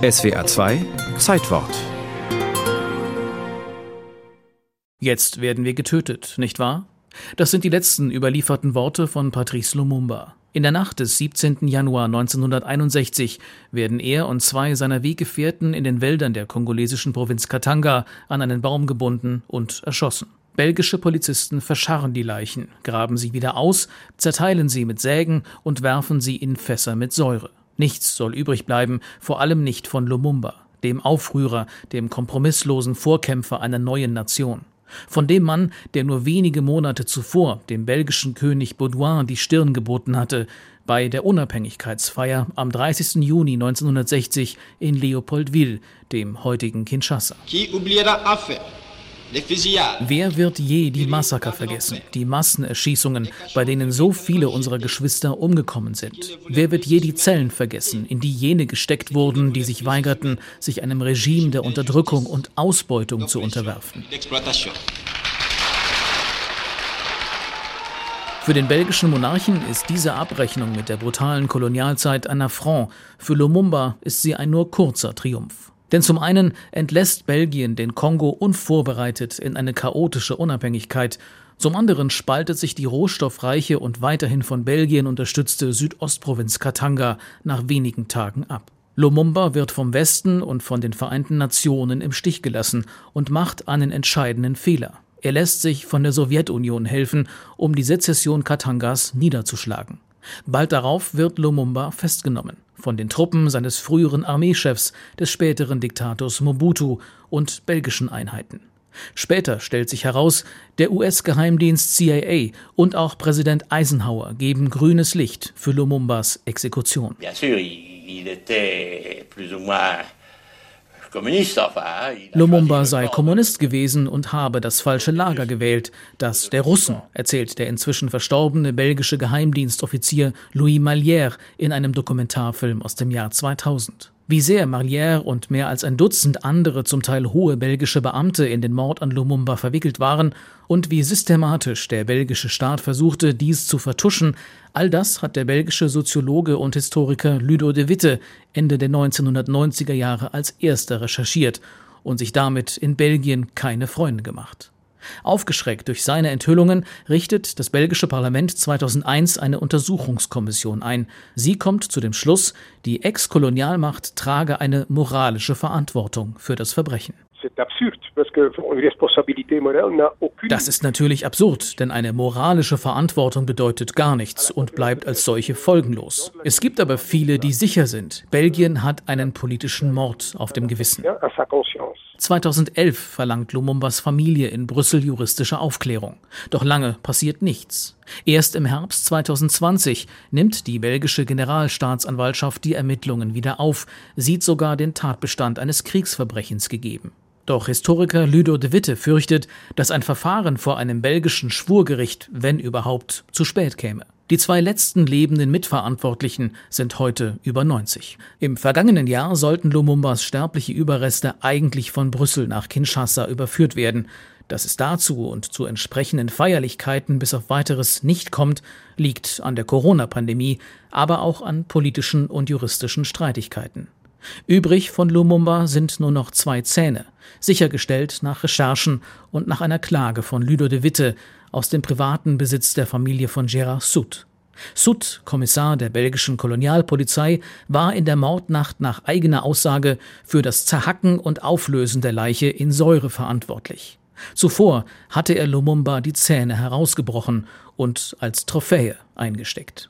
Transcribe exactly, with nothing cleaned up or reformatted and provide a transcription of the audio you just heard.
S W R zwei Zeitwort. Jetzt werden wir getötet, nicht wahr? Das sind die letzten überlieferten Worte von Patrice Lumumba. In der Nacht des siebzehnten Januar neunzehnhunderteinundsechzig werden er und zwei seiner Weggefährten in den Wäldern der kongolesischen Provinz Katanga an einen Baum gebunden und erschossen. Belgische Polizisten verscharren die Leichen, graben sie wieder aus, zerteilen sie mit Sägen und werfen sie in Fässer mit Säure. Nichts soll übrig bleiben, vor allem nicht von Lumumba, dem Aufrührer, dem kompromisslosen Vorkämpfer einer neuen Nation. Von dem Mann, der nur wenige Monate zuvor dem belgischen König Baudouin die Stirn geboten hatte, bei der Unabhängigkeitsfeier am dreißigsten Juni neunzehnhundertsechzig in Leopoldville, dem heutigen Kinshasa. Wer wird je die Massaker vergessen, die Massenerschießungen, bei denen so viele unserer Geschwister umgekommen sind? Wer wird je die Zellen vergessen, in die jene gesteckt wurden, die sich weigerten, sich einem Regime der Unterdrückung und Ausbeutung zu unterwerfen? Für den belgischen Monarchen ist diese Abrechnung mit der brutalen Kolonialzeit ein Affront, für Lumumba ist sie ein nur kurzer Triumph. Denn zum einen entlässt Belgien den Kongo unvorbereitet in eine chaotische Unabhängigkeit, zum anderen spaltet sich die rohstoffreiche und weiterhin von Belgien unterstützte Südostprovinz Katanga nach wenigen Tagen ab. Lumumba wird vom Westen und von den Vereinten Nationen im Stich gelassen und macht einen entscheidenden Fehler. Er lässt sich von der Sowjetunion helfen, um die Sezession Katangas niederzuschlagen. Bald darauf wird Lumumba festgenommen, von den Truppen seines früheren Armeechefs, des späteren Diktators Mobutu und belgischen Einheiten. Später stellt sich heraus, der U S-Geheimdienst C I A und auch Präsident Eisenhower geben grünes Licht für Lumumbas Exekution. Bien sûr, il était plus ou moins Lumumba sei Kommunist gewesen und habe das falsche Lager gewählt, das der Russen, erzählt der inzwischen verstorbene belgische Geheimdienstoffizier Louis Malière in einem Dokumentarfilm aus dem Jahr zweitausend. Wie sehr Malière und mehr als ein Dutzend andere, zum Teil hohe belgische Beamte in den Mord an Lumumba verwickelt waren und wie systematisch der belgische Staat versuchte, dies zu vertuschen, all das hat der belgische Soziologe und Historiker Ludo de Witte Ende der neunzehnhundertneunziger Jahre als erster recherchiert und sich damit in Belgien keine Freunde gemacht. Aufgeschreckt durch seine Enthüllungen richtet das belgische Parlament zweitausendeins eine Untersuchungskommission ein. Sie kommt zu dem Schluss, die Ex-Kolonialmacht trage eine moralische Verantwortung für das Verbrechen. Das ist natürlich absurd, denn eine moralische Verantwortung bedeutet gar nichts und bleibt als solche folgenlos. Es gibt aber viele, die sicher sind, Belgien hat einen politischen Mord auf dem Gewissen. zweitausendelf verlangt Lumumbas Familie in Brüssel juristische Aufklärung. Doch lange passiert nichts. Erst im Herbst zweitausendzwanzig nimmt die belgische Generalstaatsanwaltschaft die Ermittlungen wieder auf, sieht sogar den Tatbestand eines Kriegsverbrechens gegeben. Doch Historiker Ludo de Witte fürchtet, dass ein Verfahren vor einem belgischen Schwurgericht, wenn überhaupt, zu spät käme. Die zwei letzten lebenden Mitverantwortlichen sind heute über neunzig. Im vergangenen Jahr sollten Lumumbas sterbliche Überreste eigentlich von Brüssel nach Kinshasa überführt werden. Dass es dazu und zu entsprechenden Feierlichkeiten bis auf Weiteres nicht kommt, liegt an der Corona-Pandemie, aber auch an politischen und juristischen Streitigkeiten. Übrig von Lumumba sind nur noch zwei Zähne, sichergestellt nach Recherchen und nach einer Klage von Ludo de Witte aus dem privaten Besitz der Familie von Gérard Sout. Sout, Kommissar der belgischen Kolonialpolizei, war in der Mordnacht nach eigener Aussage für das Zerhacken und Auflösen der Leiche in Säure verantwortlich. Zuvor hatte er Lumumba die Zähne herausgebrochen und als Trophäe eingesteckt.